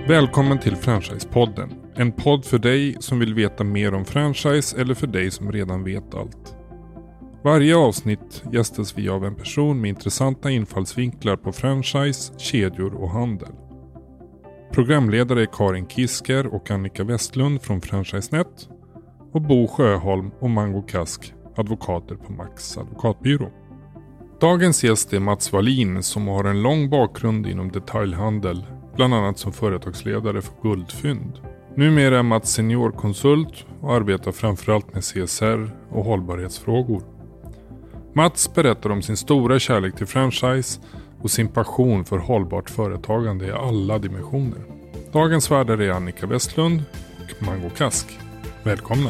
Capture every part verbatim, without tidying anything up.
Välkommen till Franchise-podden. En podd för dig som vill veta mer om franchise eller för dig som redan vet allt. Varje avsnitt gästas vi av en person med intressanta infallsvinklar på franchise, kedjor och handel. Programledare är Karin Kisker och Annika Westlund från FranchiseNet och Bo Sjöholm och Mango Kask, advokater på Max advokatbyrå. Dagens gäst är Mats Wallin som har en lång bakgrund inom detaljhandel, bland annat som företagsledare för Guldfynd. Numera är Mats seniorkonsult och arbetar framförallt med C S R och hållbarhetsfrågor. Mats berättar om sin stora kärlek till franchise och sin passion för hållbart företagande i alla dimensioner. Dagens värdar är Annika Westlund och Mango Kask. Välkomna!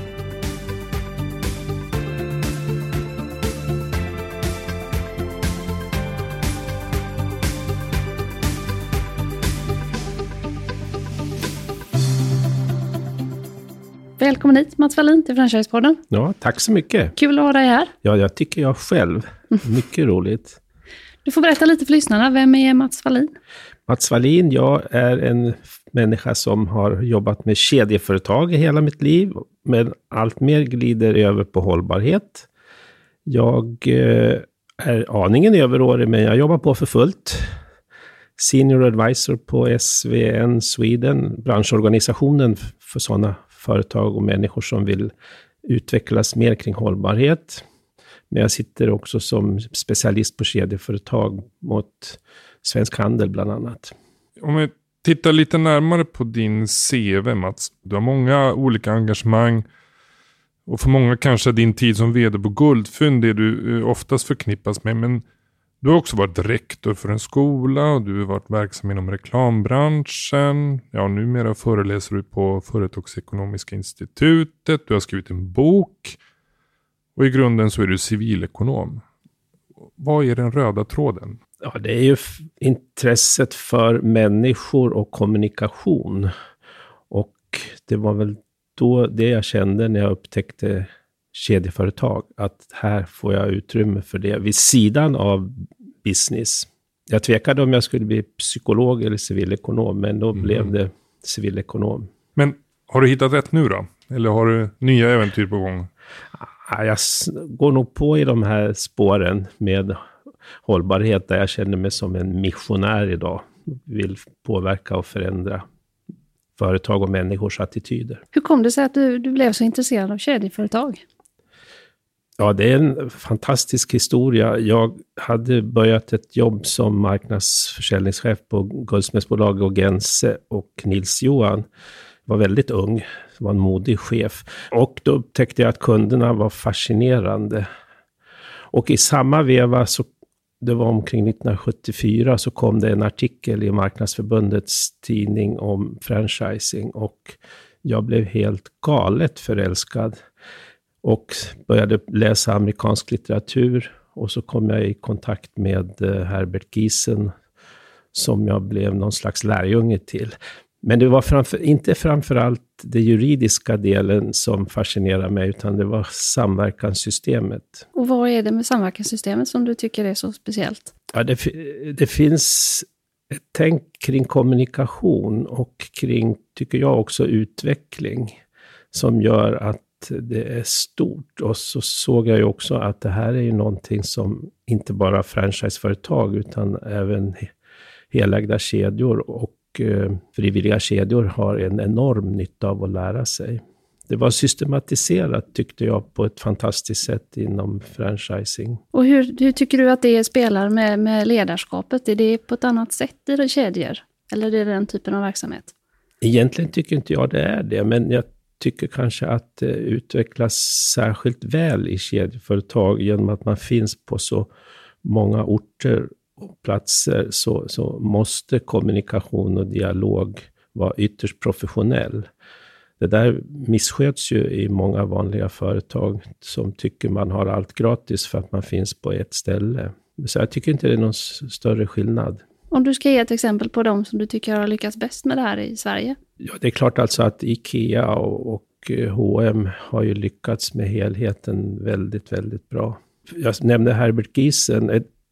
Välkommen hit Mats Wallin till Franchise-podden. Ja, tack så mycket. Kul att ha dig här. Ja, jag tycker jag själv. Mycket roligt. Du får berätta lite för lyssnarna. Vem är Mats Wallin? Mats Wallin, jag är en människa som har jobbat med kedjeföretag i hela mitt liv. Men allt mer glider över på hållbarhet. Jag eh, är aningen överårig, men jag jobbar på för fullt. Senior advisor på S V N Sweden, branschorganisationen för sådana företag och människor som vill utvecklas mer kring hållbarhet. Men jag sitter också som specialist på kedjeföretag mot Svensk Handel bland annat. Om vi tittar lite närmare på din C V, Mats. Du har många olika engagemang och för många kanske din tid som vd på Guldfynd det du oftast förknippas med. Men du har också varit rektor för en skola och du har varit verksam inom reklambranschen. Ja, numera föreläser du på Företagsekonomiska institutet. Du har skrivit en bok. Och i grunden så är du civilekonom. Vad är den röda tråden? Ja, det är ju f- intresset för människor och kommunikation. Och det var väl då det jag kände när jag upptäckte kedjeföretag. Att här får jag utrymme för det vid sidan av business. Jag tvekade om jag skulle bli psykolog eller civilekonom, men då mm. blev det civilekonom. Men har du hittat rätt nu då? Eller har du nya äventyr på gång? Ja, jag går nog på i de här spåren med hållbarhet där jag känner mig som en missionär idag. Vill påverka och förändra företag och människors attityder. Hur kom det sig att du, du blev så intresserad av kedjeföretag? Ja, det är en fantastisk historia. Jag hade börjat ett jobb som marknadsförsäljningschef på Guldsmedsbolag och Gense och Nils Johan. Jag var väldigt ung, var en modig chef. Och då upptäckte jag att kunderna var fascinerande. Och i samma veva, så, det var omkring nittonhundrasjuttiofyra, så kom det en artikel i Marknadsförbundets tidning om franchising. Och jag blev helt galet förälskad. Och började läsa amerikansk litteratur. Och så kom jag i kontakt med Herbert Giesen, som jag blev någon slags lärjunge till. Men det var framför, inte framförallt det juridiska delen som fascinerade mig, utan det var samverkanssystemet. Och vad är det med samverkanssystemet som du tycker är så speciellt? Ja, det, det finns ett tänk kring kommunikation och kring, tycker jag också, utveckling som gör att det är stort. Och så såg jag ju också att det här är ju någonting som inte bara franchiseföretag utan även helägda kedjor och frivilliga kedjor har en enorm nytta av att lära sig. Det var systematiserat, tyckte jag, på ett fantastiskt sätt inom franchising. Och hur, hur tycker du att det spelar med, med ledarskapet? Är det på ett annat sätt i kedjor? Eller är det den typen av verksamhet? Egentligen tycker inte jag det är det, men jag tycker kanske att det utvecklas särskilt väl i kedjeföretag genom att man finns på så många orter och platser, så, så måste kommunikation och dialog vara ytterst professionell. Det där missköts ju i många vanliga företag som tycker man har allt gratis för att man finns på ett ställe. Så jag tycker inte det är någon större skillnad. Om du ska ge ett exempel på dem som du tycker har lyckats bäst med det här i Sverige? Ja, det är klart alltså att IKEA och, och H och M har ju lyckats med helheten väldigt, väldigt bra. Jag nämnde Herbert Giesen. Ett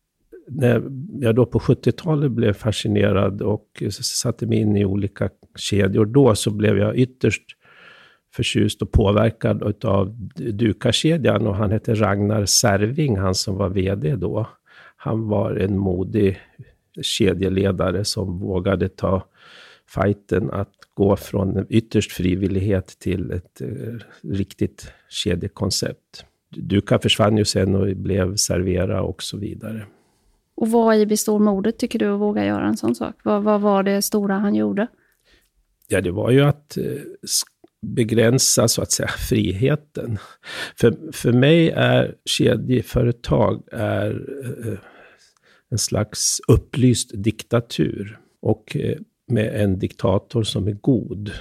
när jag då på sjuttiotalet blev fascinerad och satte mig in i olika kedjor, då så blev jag ytterst förtjust och påverkad av Duka-kedjan, och han hette Ragnar Serving, han som var vd då. Han var en modig kedjeledare som vågade ta fighten att gå från ytterst frivillighet till ett eh, riktigt kedjekoncept. Duka försvann ju sen och blev Servera och så vidare. Och vad i består modet tycker du att våga göra en sån sak? Vad, vad var det stora han gjorde? Ja, det var ju att eh, begränsa så att säga friheten. För, för mig är kedjeföretag är eh, en slags upplyst diktatur. Och eh, med en diktator som är god.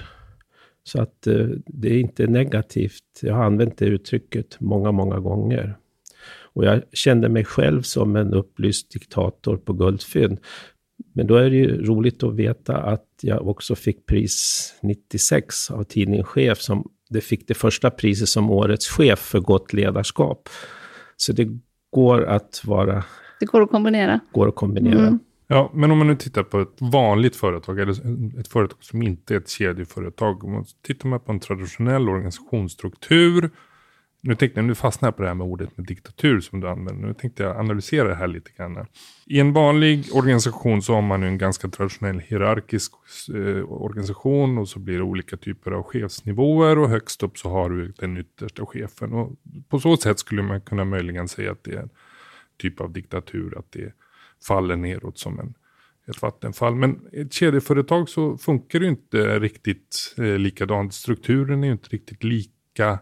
Så att eh, det är inte negativt. Jag har använt det uttrycket många, många gånger. Och jag kände mig själv som en upplyst diktator på Guldfynd. Men då är det ju roligt att veta att jag också fick pris nittiosex av tidningen Chef. Som det fick det första priset som årets chef för gott ledarskap. Så det går att vara... Det går att kombinera. Går att kombinera. Mm. Ja, men om man nu tittar på ett vanligt företag, eller ett företag som inte är ett kedjeföretag. Om man tittar man på en traditionell organisationsstruktur. Nu tänkte jag, nu fastnar jag på det här med ordet med diktatur som du använder. Nu tänkte jag analysera det här lite grann. I en vanlig organisation så har man ju en ganska traditionell hierarkisk eh, organisation. Och så blir det olika typer av chefsnivåer. Och högst upp så har du den yttersta chefen. Och på så sätt skulle man kunna möjligen säga att det är en typ av diktatur. Att det faller neråt som en, ett vattenfall. Men ett kedjeföretag så funkar det inte riktigt eh, likadant. Strukturen är ju inte riktigt lika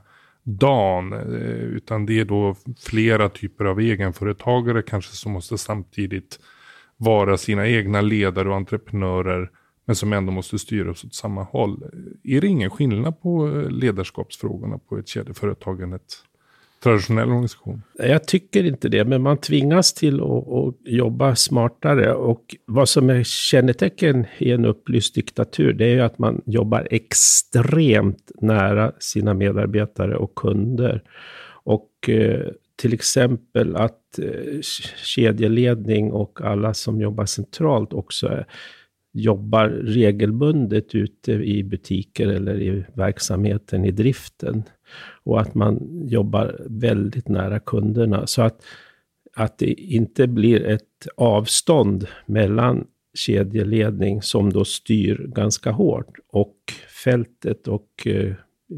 dan, utan det är då flera typer av egenföretagare kanske som måste samtidigt vara sina egna ledare och entreprenörer, men som ändå måste styras åt samma håll. Är det ingen skillnad på ledarskapsfrågorna på ett kedjeföretag än ett traditionell organisation? Jag tycker inte det, men man tvingas till att, att jobba smartare. Och vad som är kännetecken i en upplyst diktatur, det är ju att man jobbar extremt nära sina medarbetare och kunder. Och eh, till exempel att eh, kedjeledning och alla som jobbar centralt också är, jobbar regelbundet ute i butiker eller i verksamheten, i driften. Och att man jobbar väldigt nära kunderna. Så att, att det inte blir ett avstånd mellan kedjeledning som då styr ganska hårt och fältet och eh,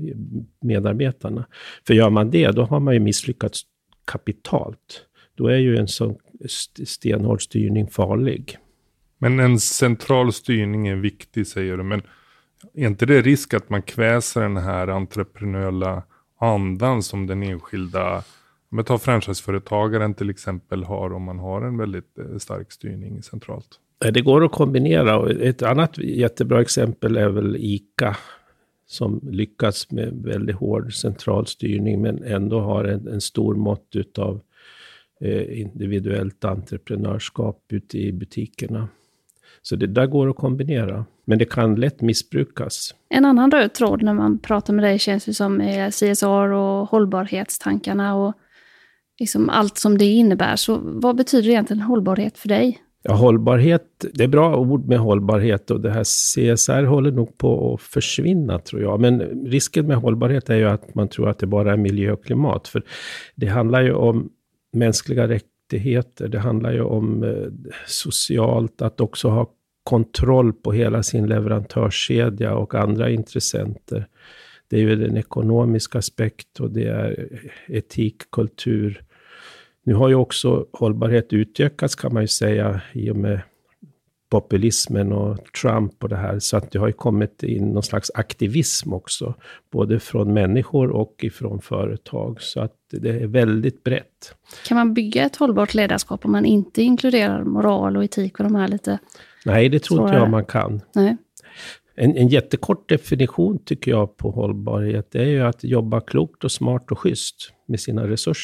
medarbetarna. För gör man det, då har man ju misslyckats kapitalt. Då är ju en sån stenhård styrning farlig. Men en central styrning är viktig, säger du. Men är inte det risk att man kväser den här entreprenöriella andan som den enskilda, om jag tar franchiseföretagaren till exempel, har om man har en väldigt stark styrning centralt? Det går att kombinera. Och ett annat jättebra exempel är väl ICA som lyckas med väldigt hård central styrning men ändå har en, en stor mått utav eh, individuellt entreprenörskap ute i butikerna. Så det där går att kombinera. Men det kan lätt missbrukas. En annan röd tråd när man pratar med dig känns det som är C S R och hållbarhetstankarna och liksom allt som det innebär. Så vad betyder egentligen hållbarhet för dig? Ja, hållbarhet, det är bra ord med hållbarhet och det här C S R håller nog på att försvinna tror jag. Men risken med hållbarhet är ju att man tror att det bara är miljö och klimat. För det handlar ju om mänskliga rättigheter, det handlar ju om eh, socialt, att också ha kontroll på hela sin leverantörskedja och andra intressenter. Det är ju en ekonomisk aspekt och det är etik, kultur. Nu har ju också hållbarhet utökats kan man ju säga i och med populismen och Trump och det här. Så att det har ju kommit in någon slags aktivism också. Både från människor och ifrån företag. Så att det är väldigt brett. Kan man bygga ett hållbart ledarskap om man inte inkluderar moral och etik och de här lite... Nej, det tror inte jag man kan. Nej. En, en jättekort definition tycker jag på hållbarhet är ju att jobba klokt och smart och schysst med sina resurser.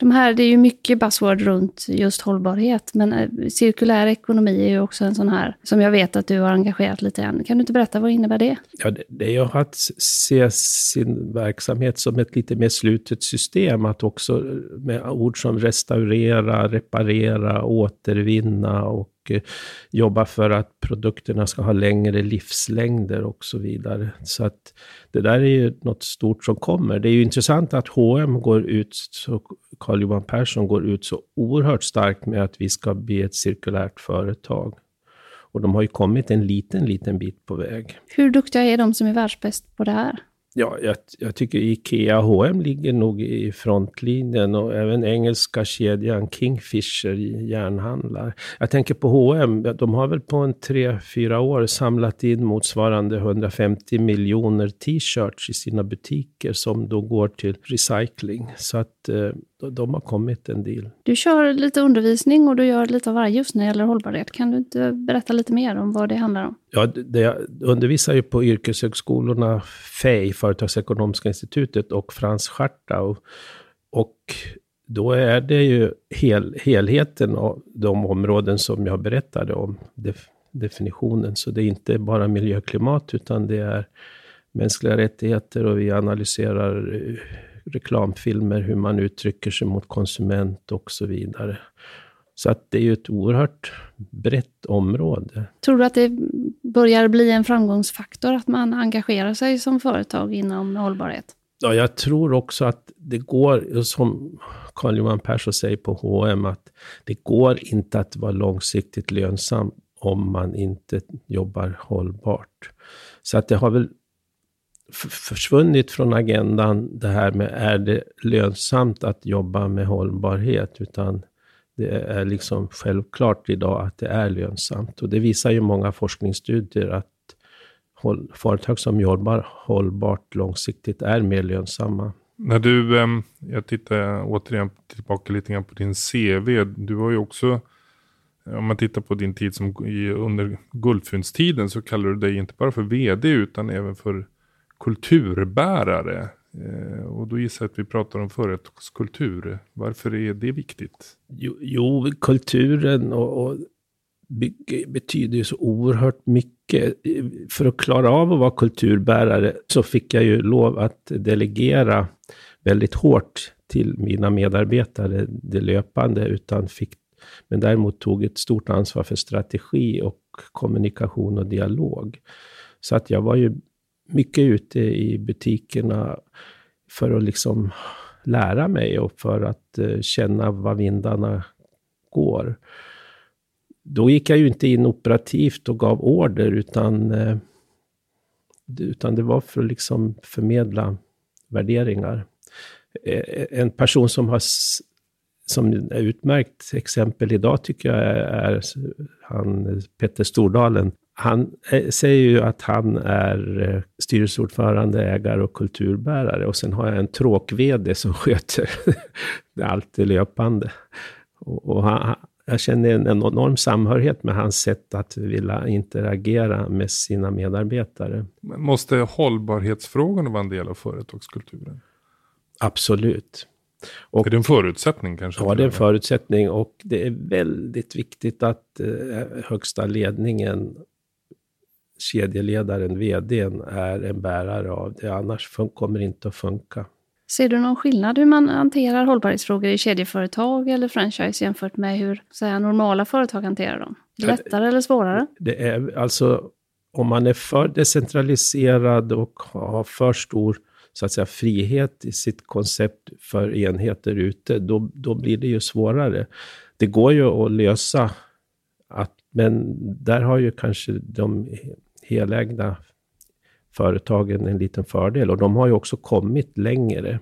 De här, det är ju mycket buzzword runt just hållbarhet, men cirkulär ekonomi är ju också en sån här som jag vet att du har engagerat lite än. Kan du inte berätta, vad innebär det? Ja, det, det är att se sin verksamhet som ett lite mer slutet system, att också med ord som restaurera, reparera, återvinna och jobba för att produkterna ska ha längre livslängder och så vidare. Så att det där är ju något stort som kommer. Det är ju intressant att H och M går ut, så Carl-Johan Persson går ut så oerhört starkt med att vi ska bli ett cirkulärt företag. Och de har ju kommit en liten, liten bit på väg. Hur duktiga är de som är världsbäst på det här? Ja, jag, jag tycker Ikea och H och M ligger nog i frontlinjen, och även engelska kedjan Kingfisher i järnhandlar. Jag tänker på H och M, de har väl på en tre, fyra år samlat in motsvarande hundrafemtio miljoner t-shirts i sina butiker som då går till recycling. Så att eh, de har kommit en del. Du kör lite undervisning och du gör lite av varje just när det gäller hållbarhet. Kan du inte berätta lite mer om vad det handlar om? Ja, det, jag undervisar ju på yrkeshögskolorna F E I, Företagsekonomiska institutet, och Frans Schartau. Och då är det ju hel, helheten av de områden som jag berättade om, def, definitionen. Så det är inte bara miljöklimat, utan det är mänskliga rättigheter, och vi analyserar reklamfilmer, hur man uttrycker sig mot konsument och så vidare. Så att det är ju ett oerhört brett område. Tror du att det börjar bli en framgångsfaktor att man engagerar sig som företag inom hållbarhet? Ja, jag tror också att det går, som Carl-Johan Persson säger på H och M, att det går inte att vara långsiktigt lönsam om man inte jobbar hållbart. Så att det har väl försvunnit från agendan det här med, är det lönsamt att jobba med hållbarhet, utan det är liksom självklart idag att det är lönsamt. Och det visar ju många forskningsstudier att håll, företag som jobbar hållbart långsiktigt är mer lönsamma. När du, jag tittar återigen tillbaka lite grann på din C V, du har ju också, om man tittar på din tid som under Guldfyndstiden, så kallar du dig inte bara för vd utan även för kulturbärare. Eh, och då gissar jag att vi pratar om företagskultur. Varför är det viktigt? Jo, jo kulturen och, och bygge, betyder ju så oerhört mycket. För att klara av att vara kulturbärare så fick jag ju lov att delegera väldigt hårt till mina medarbetare det löpande, utan fick, men däremot tog ett stort ansvar för strategi och kommunikation och dialog. Så att jag var ju mycket ute i butikerna för att liksom lära mig och för att uh, känna vad vindarna går. Då gick jag ju inte in operativt och gav order, utan, uh, utan det var för att liksom förmedla värderingar. En person som har som är utmärkt exempel idag tycker jag är, är han Petter Stordalen. Han säger ju att han är styrelseordförande, ägare och kulturbärare. Och sen har jag en tråk-vd som sköter allt det löpande. Och, och han, jag känner en enorm samhörighet med hans sätt att vilja interagera med sina medarbetare. Men måste hållbarhetsfrågorna vara en del av företagskulturen? Absolut. Och, är det en förutsättning kanske? Ja, det är en förutsättning, och det är väldigt viktigt att eh, högsta ledningen, kedjeledaren, vdn, är en bärare av det. Annars fun- kommer det inte att funka. Ser du någon skillnad hur man hanterar hållbarhetsfrågor i kedjeföretag eller franchise jämfört med hur så här, normala företag hanterar dem? Lättare eller svårare? Det är alltså, om man är för decentraliserad och har för stor så att säga frihet i sitt koncept för enheter ute, då, då blir det ju svårare. Det går ju att lösa, att, men där har ju kanske de helägda företagen en liten fördel, och de har ju också kommit längre.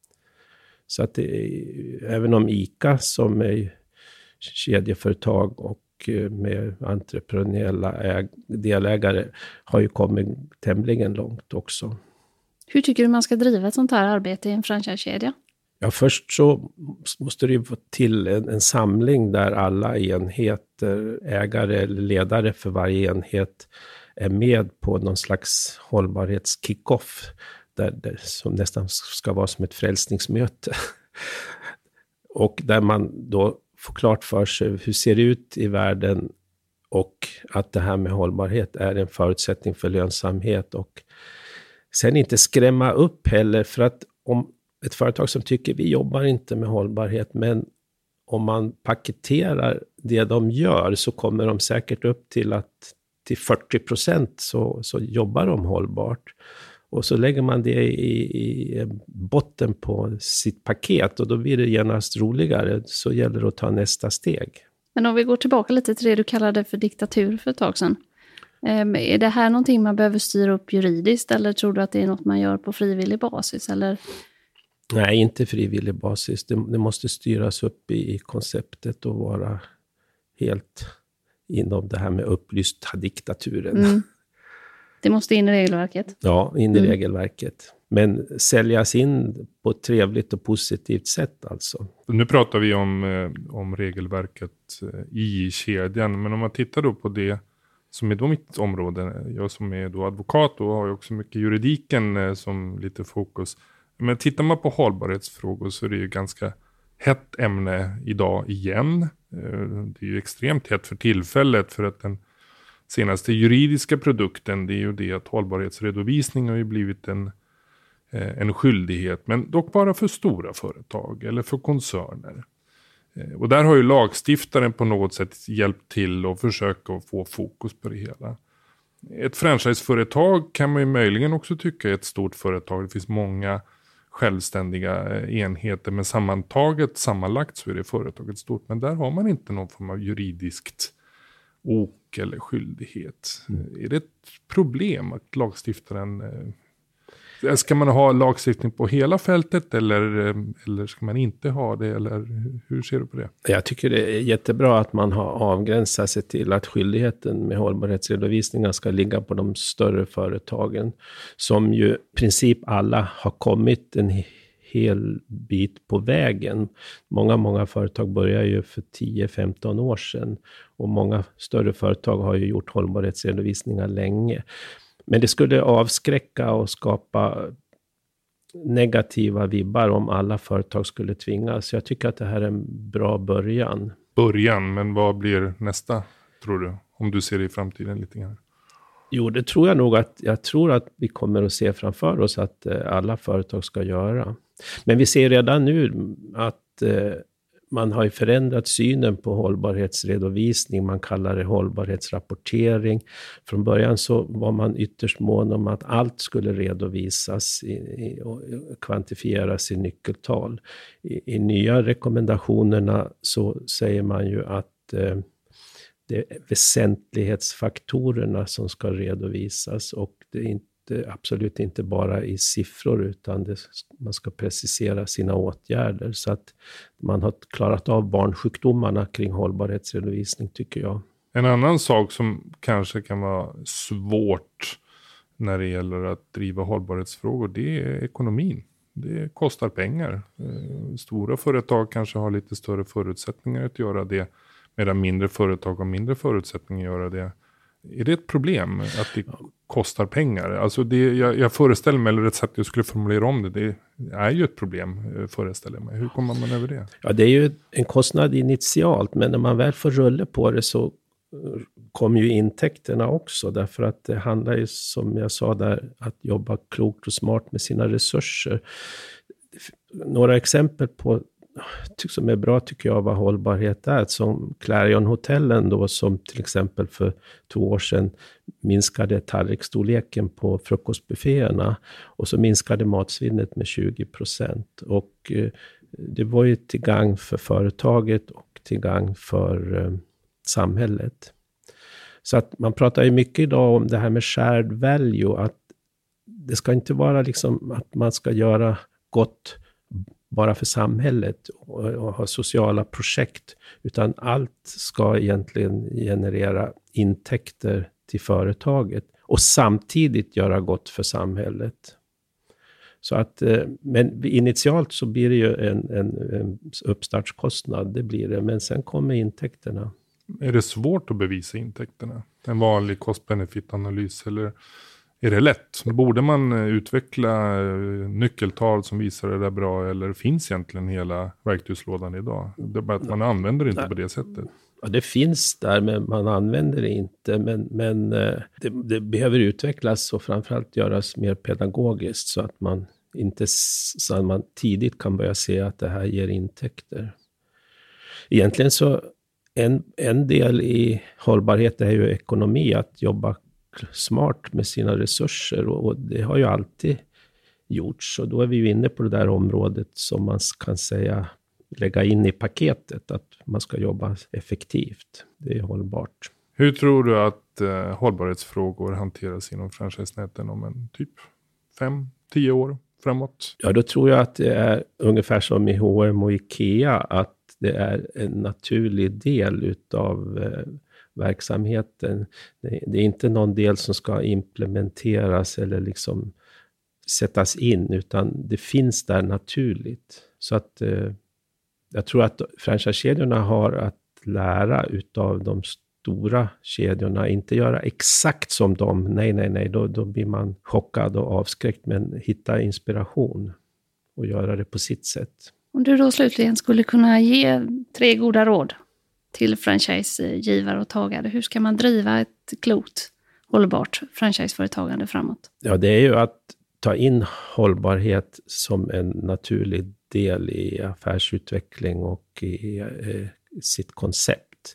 Så att det, även om ICA som är kedjeföretag och med entreprenöriella äg, delägare har ju kommit tämligen långt också. Hur tycker du man ska driva ett sånt här arbete i en franchisekedja? Ja, först så måste det ju få till en, en samling där alla enheter, ägare eller ledare för varje enhet är med på någon slags hållbarhetskickoff där det som nästan ska vara som ett frälsningsmöte. Och där man då får klart för sig hur ser det ut i världen och att det här med hållbarhet är en förutsättning för lönsamhet. Och sen inte skrämma upp heller, för att om ett företag som tycker vi jobbar inte med hållbarhet, men om man paketerar det de gör så kommer de säkert upp till att till fyrtio procent så, så jobbar de hållbart. Och så lägger man det i, i botten på sitt paket och då blir det genast roligare. Så gäller det att ta nästa steg. Men om vi går tillbaka lite till det du kallade för diktatur för ett tag sedan. Um, är det här någonting man behöver styra upp juridiskt eller tror du att det är något man gör på frivillig basis? Eller? Nej, inte frivillig basis. Det, det måste styras upp i, i konceptet och vara helt inom det här med upplysta diktaturen. Mm. Det måste in i regelverket. Ja, in i mm. regelverket. Men säljas in på ett trevligt och positivt sätt alltså. Nu pratar vi om, eh, om regelverket eh, i kedjan. Men om man tittar då på det som är då mitt område. Jag som är då advokat och har ju också mycket juridiken eh, som lite fokus. Men tittar man på hållbarhetsfrågor så är det ju ganska hett ämne idag igen. Eh, det är ju extremt hett för tillfället för att den senaste juridiska produkten det är ju det att hållbarhetsredovisning har ju blivit en, eh, en skyldighet. Men dock bara för stora företag eller för koncerner. Eh, och där har ju lagstiftaren på något sätt hjälpt till och försöka att få fokus på det hela. Ett franchiseföretag kan man ju möjligen också tycka är ett stort företag. Det finns många självständiga enheter men sammantaget, sammanlagt så är det företaget stort. Men där har man inte någon form av juridiskt ok eller skyldighet. Mm. Är det ett problem att lagstiftaren eh, ska man ha lagstiftning på hela fältet eller, eller ska man inte ha det eller hur ser du på det? Jag tycker det är jättebra att man har avgränsat sig till att skyldigheten med hållbarhetsredovisningar ska ligga på de större företagen som ju i princip alla har kommit en hel bit på vägen. Många, många företag börjar ju för tio femton år sedan och många större företag har ju gjort hållbarhetsredovisningar länge. Men det skulle avskräcka och skapa negativa vibbar om alla företag skulle tvingas. Jag tycker att det här är en bra början. Början, men vad blir nästa, tror du? Om du ser det i framtiden lite grann. Jo, det tror jag nog att, jag tror att vi kommer att se framför oss att eh, alla företag ska göra. Men vi ser redan nu att eh, man har ju förändrat synen på hållbarhetsredovisning. Man kallar det hållbarhetsrapportering. Från början så var man ytterst mån om att allt skulle redovisas i, i, och kvantifieras i nyckeltal. I, i nya rekommendationerna så säger man ju att eh, det är väsentlighetsfaktorerna som ska redovisas och det är inte, absolut inte bara i siffror utan det, man ska precisera sina åtgärder så att man har klarat av barnsjukdomarna kring hållbarhetsredovisning tycker jag. En annan sak som kanske kan vara svårt när det gäller att driva hållbarhetsfrågor det är ekonomin. Det kostar pengar. Stora företag kanske har lite större förutsättningar att göra det medan mindre företag har mindre förutsättningar att göra det. Är det ett problem att det kostar pengar? Alltså det, jag, jag föreställer mig, eller rätt sagt jag skulle formulera om det, det är ju ett problem, föreställer mig. Hur kommer man över det? Ja, det är ju en kostnad initialt, men när man väl får rulla på det så kommer ju intäkterna också. Därför att det handlar ju, som jag sa där, att jobba klokt och smart med sina resurser. Några exempel på som är bra tycker jag vad hållbarhet är. Som Clarion-hotellen då som till exempel för två år sedan minskade tallriksstorleken på frukostbufféerna och så minskade matsvinnet med tjugo procent. Och eh, det var ju till gang för företaget och till gang för eh, samhället. Så att man pratar ju mycket idag om det här med shared value, att det ska inte vara liksom att man ska göra gott bara för samhället och, och ha sociala projekt, utan allt ska egentligen generera intäkter till företaget och samtidigt göra gott för samhället. Så att, men initialt så blir det ju en, en, en uppstartskostnad, det blir det, men sen kommer intäkterna. Är det svårt att bevisa intäkterna? En vanlig cost-benefit-analys eller Är det lätt? Borde man utveckla nyckeltal som visar det där bra, eller finns egentligen hela verktygslådan idag? Det är bara att man använder det inte på det sättet. Ja, det finns där, men man använder det inte. Men, men det, det behöver utvecklas och framförallt göras mer pedagogiskt så att man inte så att man tidigt kan börja se att det här ger intäkter. Egentligen så en, en del i hållbarhet är ju ekonomi, att jobba smart med sina resurser, och, och det har ju alltid gjorts. Och då är vi ju inne på det där området som man kan säga lägga in i paketet, att man ska jobba effektivt. Det är hållbart. Hur tror du att eh, hållbarhetsfrågor hanteras inom franchisenäten om en typ fem, tio år framåt? Ja, då tror jag att det är ungefär som i H och M och Ikea, att det är en naturlig del utav eh, verksamheten. Det, det är inte någon del som ska implementeras eller liksom sättas in, utan det finns där naturligt. Så att eh, jag tror att franchisekedjorna har att lära utav de stora kedjorna, inte göra exakt som dem. Nej, nej, nej, då, då blir man chockad och avskräckt, men hitta inspiration och göra det på sitt sätt. Om du då slutligen skulle kunna ge tre goda råd till franchisegivare och tagare, hur ska man driva ett klokt, hållbart franchiseföretagande framåt? Ja, det är ju att ta in hållbarhet som en naturlig del i affärsutveckling och i eh, sitt koncept.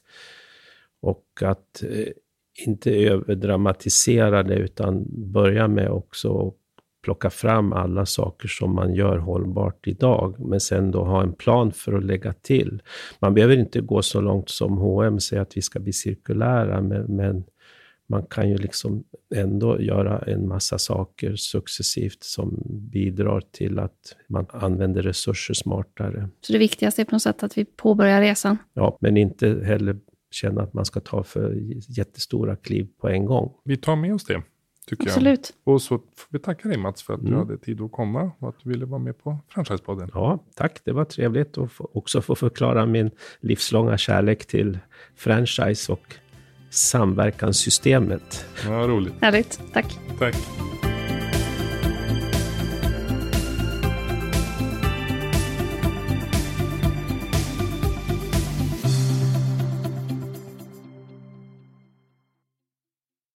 Och att eh, inte överdramatisera det, utan börja med också att plocka fram alla saker som man gör hållbart idag, men sen då ha en plan för att lägga till. Man behöver inte gå så långt som H och M säger att vi ska bli cirkulära, men, men man kan ju liksom ändå göra en massa saker successivt som bidrar till att man använder resurser smartare. Så det viktigaste är på något sätt att vi påbörjar resan? Ja, men inte heller känna att man ska ta för jättestora kliv på en gång. Vi tar med oss det, tycker Absolut. jag. Och så får vi tacka dig, Mats, för att mm. du hade tid att komma och att du ville vara med på Franchisepodden. Ja, tack. Det var trevligt att få, också få förklara min livslånga kärlek till franchise och samverkanssystemet. Ja, roligt. Härligt. Tack. Tack.